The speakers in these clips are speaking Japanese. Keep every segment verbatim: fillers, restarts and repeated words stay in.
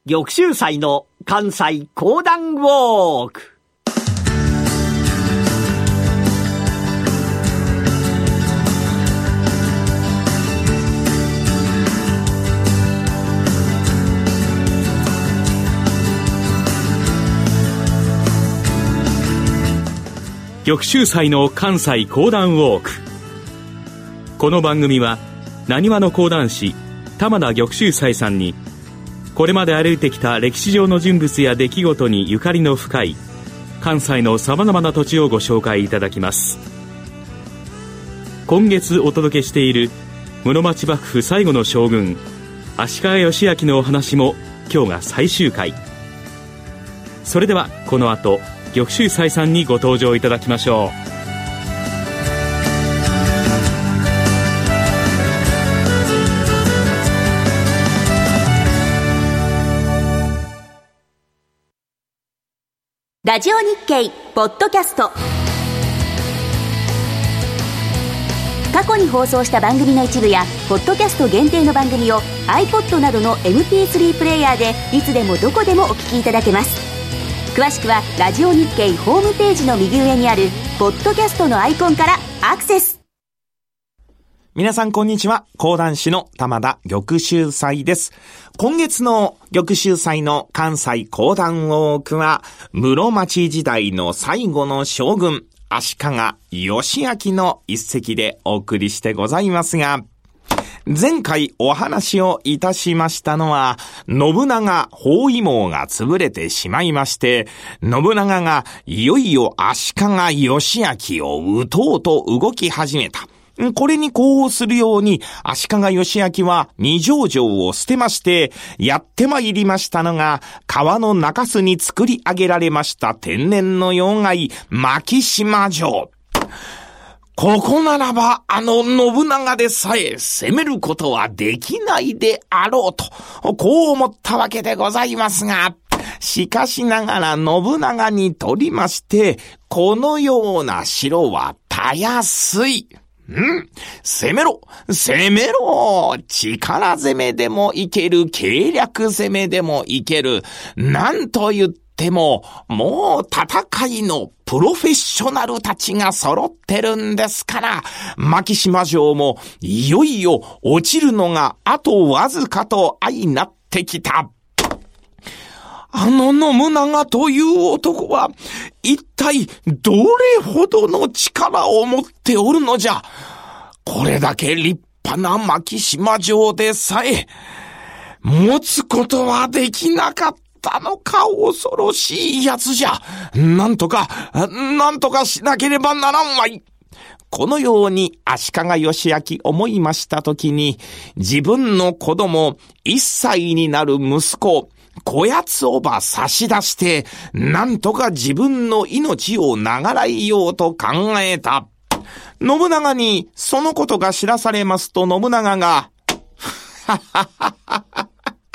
玉州祭の関西講談ウォーク。 玉州祭の関西講談ウォーク。この番組はなにわの講談師玉田玉州祭さんに、これまで歩いてきた歴史上の人物や出来事にゆかりの深い関西のさまざまな土地をご紹介いただきます。今月お届けしている室町幕府最後の将軍足利義昭のお話も今日が最終回。それではこの後玉州祭さんにご登場いただきましょう。 ラジオ日経ポッドキャスト、過去に放送した番組の一部やポッドキャスト限定の番組を iPod などの エムピースリー プレイヤーでいつでもどこでもお聞きいただけます。詳しくはラジオ日経ホームページの右上にあるポッドキャストのアイコンからアクセス。 皆さんこんにちは。講談師の玉田玉州祭です。今月の玉州祭の関西講談ウォークは、室町時代の最後の将軍足利義昭の一席でお送りしてございますが、前回お話をいたしましたのは、信長包囲網が潰れてしまいまして、信長がいよいよ足利義昭を討とうと動き始めた。これに呼応するように、足利義昭は二条城を捨てまして、やってまいりましたのが、川の中州に作り上げられました天然の要害、牧島城。ここならば、あの信長でさえ攻めることはできないであろうと、こう思ったわけでございますが、しかしながら信長にとりまして、このような城はたやすい。うん、攻めろ攻めろ力攻めでもいける、計略攻めでもいける。なんと言っても、もう戦いのプロフェッショナルたちが揃ってるんですから、牧島城もいよいよ落ちるのがあとわずかと相なってきた。あの信長という男は一体どれほどの力を持っておるのじゃ。これだけ立派な牧島城でさえ持つことはできなかったのか。恐ろしいやつじゃ。なんとかなんとかしなければならんわい。このように足利義昭思いましたときに、自分の子供一歳になる息子こやつをば差し出して、なんとか自分の命を長らいようと考えた。信長にそのことが知らされますと、信長が、ははははは、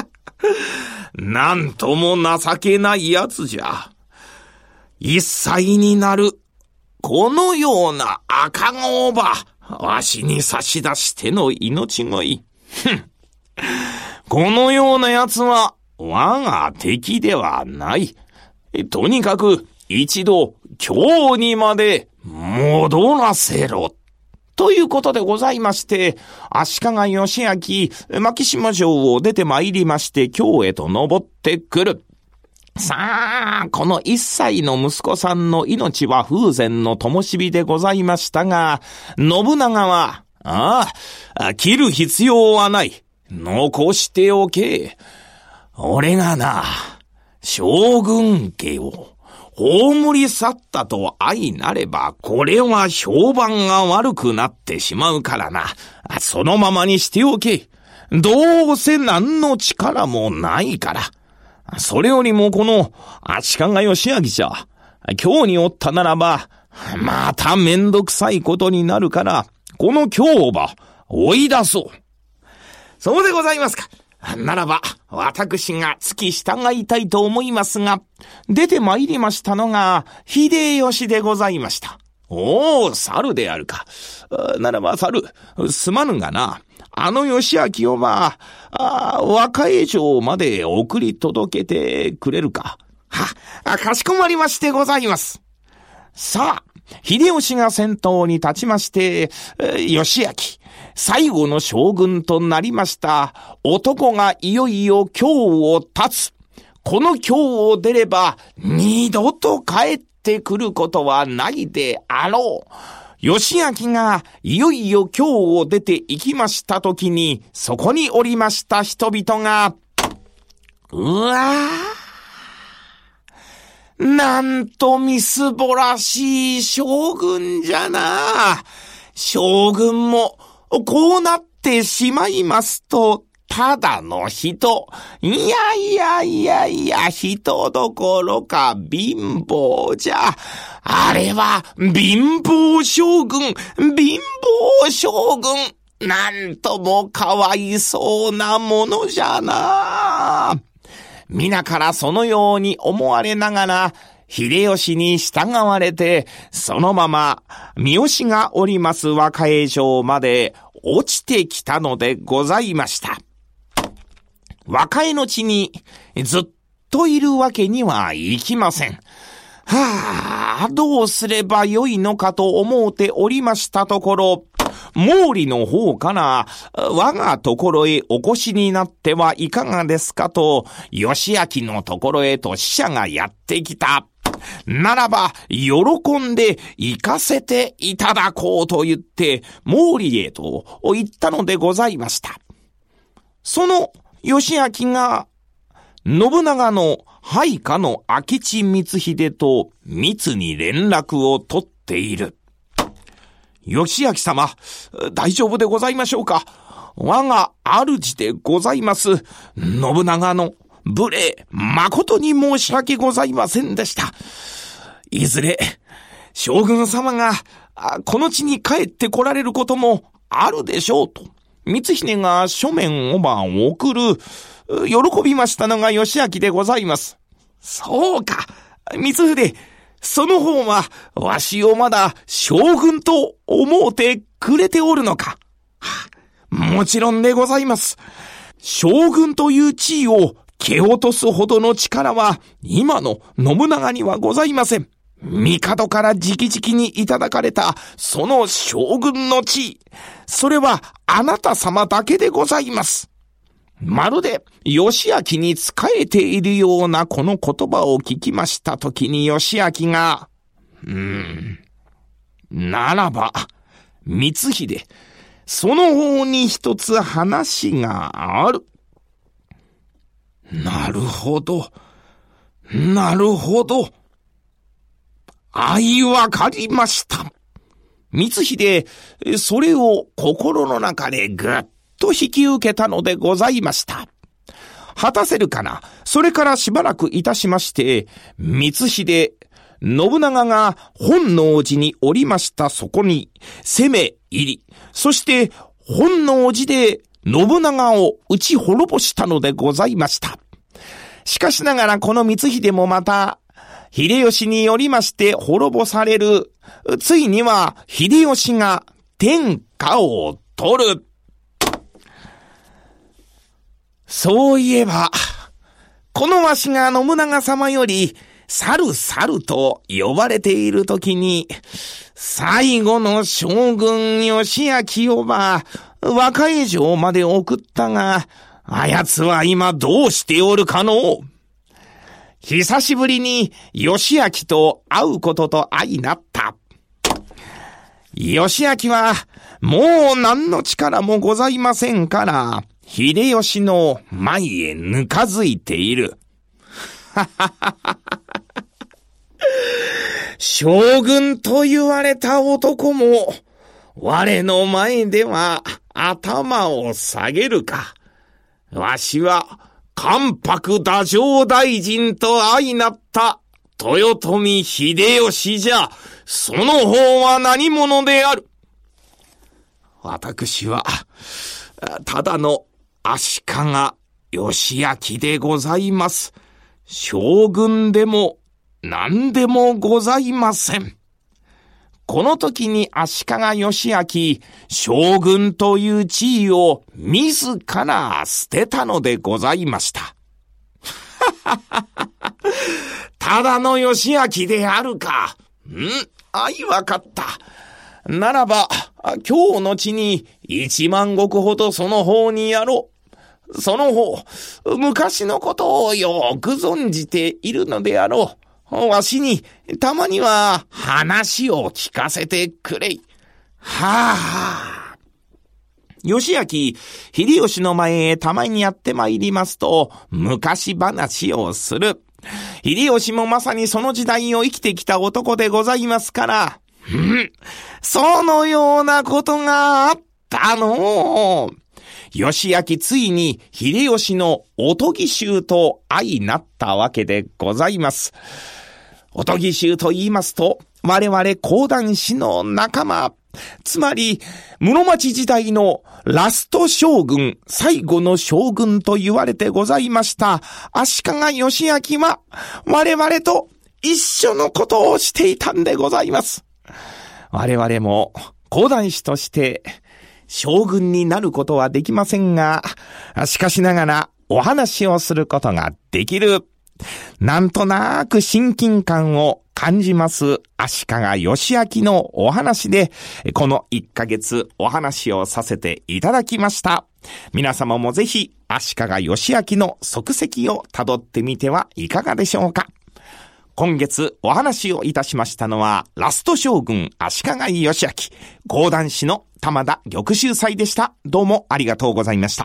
なんとも情けないやつじゃ。一歳になる、このような赤子をば、わしに差し出しての命乞い。ふん。このようなやつは、我が敵ではない。とにかく一度京にまで戻らせろ。ということでございまして、足利義昭、牧島城を出てまいりまして京へと登ってくる。さあ、この一歳の息子さんの命は風前の灯火でございましたが、信長は、ああ、切る必要はない。残しておけ。俺がな、将軍家を葬り去ったと相なれば、これは評判が悪くなってしまうからな。そのままにしておけ。どうせ何の力もないから。それよりもこの足利義昭じゃ、京におったならば、まためんどくさいことになるから、この京をば追い出そう。そうでございますか。ならば、私が付き従いたいと思いますが、出て参りましたのが、秀吉でございました。おー、猿であるか。ならば猿、すまぬがな、 あの義明をまあ、あ若江城まで送り届けてくれるか。は、かしこまりましてございます。さあ、秀吉が先頭に立ちまして、義明、最後の将軍となりました男がいよいよ京を立つ。この京を出れば二度と帰ってくることはないであろう。義明がいよいよ京を出て行きましたときに、そこにおりました人々が、うわー、なんとみすぼらしい将軍じゃな。将軍もこうなってしまいますと、ただの人。いやいやいやいや、人どころか貧乏じゃ。あれは貧乏将軍、貧乏将軍。なんともかわいそうなものじゃな。皆からそのように思われながら、秀吉に従われて、そのまま三好がおります若江城まで落ちてきたのでございました。若江の地にずっといるわけにはいきません。はあ、どうすればよいのかと思うておりましたところ、毛利の方から我がところへお越しになってはいかがですかと、義明のところへと使者がやってきた。ならば喜んで行かせていただこうと言って毛利へと言ったのでございました。その義明が信長の配下の明智光秀と密に連絡を取っている。義明様、大丈夫でございましょうか。我が主でございます信長の無礼、誠に申し訳ございませんでした。いずれ将軍様がこの地に帰って来られることもあるでしょうと光秀が書面をば送る。喜びましたのが義明でございます。そうか、光秀、その方はわしをまだ将軍と思うてくれておるのか。もちろんでございます。将軍という地位を蹴落とすほどの力は今の信長にはございません。帝から直々にいただかれたその将軍の地位、それはあなた様だけでございます。まるで義明に仕えているようなこの言葉を聞きましたときに義明が、うーん、ならば光秀、その方に一つ話がある。なるほど、なるほど。あい、わかりました。光秀、それを心の中でぐっと引き受けたのでございました。果たせるかな。それからしばらくいたしまして、光秀、信長が本能寺におりましたそこに攻め入り、そして本能寺で信長を打ち滅ぼしたのでございました。しかしながらこの光秀もまた、秀吉によりまして滅ぼされる。ついには秀吉が天下を取る。そういえば、このわしが信長様より猿猿と呼ばれているときに、最後の将軍義明をば若江城まで送ったが、あやつは今どうしておるかのう。久しぶりに義明と会うことと相なった。義明はもう何の力もございませんから、秀吉の前へぬかづいている。将軍と言われた男も、我の前では頭を下げるか。わしは、関白太政大臣と相なった豊臣秀吉じゃ。その方は何者である。私はただの足利義明でございます。将軍でも何でもございません。 この時に足利義昭、将軍という地位を自ら捨てたのでございました。ただの義昭であるか。んあい、わかった。ならば、今日のちに一万石ほどその方にやろう。その方、昔のことをよく存じているのであろう。わしに、たまには話を聞かせてくれ。はあ。義昭、秀吉の前へたまにやってまいりますと、昔話をする。秀吉もまさにその時代を生きてきた男でございますから、うん、そのようなことがあったの。義昭ついに秀吉のおとぎ衆と相なったわけでございます。おとぎ衆と言いますと、我々講談師の仲間、つまり室町時代のラスト将軍、最後の将軍と言われてございました足利義昭は我々と一緒のことをしていたんでございます。我々も講談師として将軍になることはできませんが、しかしながらお話をすることができる。なんとなく親近感を感じます足利義昭のお話で、このいっかげつお話をさせていただきました。皆様もぜひ足利義昭の足跡をたどってみてはいかがでしょうか。今月お話をいたしましたのはラスト将軍足利義昭、講談師の玉田玉秀斎でした。どうもありがとうございました。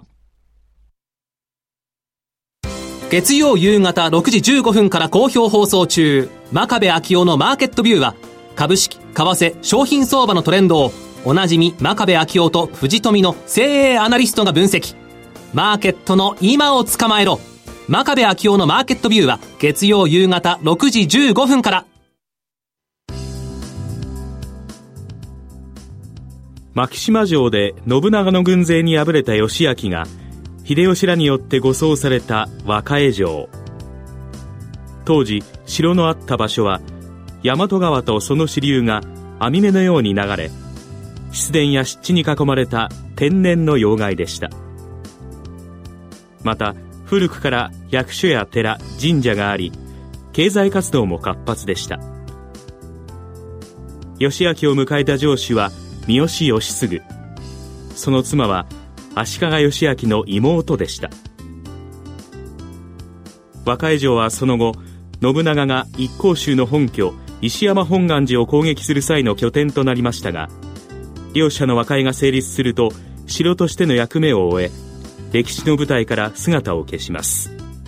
月曜夕方ろくじじゅうごふんから好評放送中、真壁昭夫のマーケットビューは、株式、為替、商品相場のトレンドをおなじみ真壁昭夫と藤富の精鋭アナリストが分析。マーケットの今を捕まえろ。真壁昭夫のマーケットビューは月曜夕方ろくじじゅうごふんから。 牧島城で信長の軍勢に敗れた義昭が秀吉らによって護送された和歌江城。当時城のあった場所は大和川とその支流が網目のように流れ、湿田や湿地に囲まれた天然の要害でした。また古くから役所や寺、神社があり、経済活動も活発でした。義昭を迎えた城主は三好義継。その妻は足利義昭の妹でした。和歌江城はその後、信長が一向宗の本拠石山本願寺を攻撃する際の拠点となりましたが、両者の和解が成立すると城としての役目を終え、歴史の舞台から姿を消します。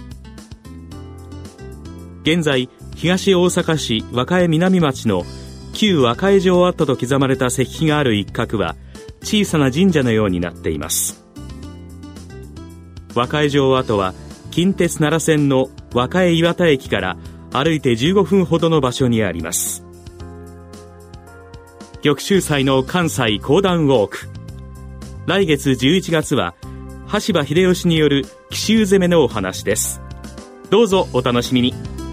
現在東大阪市和歌江南町の旧和歌江城跡と刻まれた石碑がある一角は小さな神社のようになっています。和歌江城跡は近鉄奈良線の和歌江岩田駅から歩いてじゅうごふんほどの場所にあります。玉秀斎の関西講談ウォーク。来月じゅういちがつは羽柴秀吉による奇襲攻めのお話です。どうぞお楽しみに。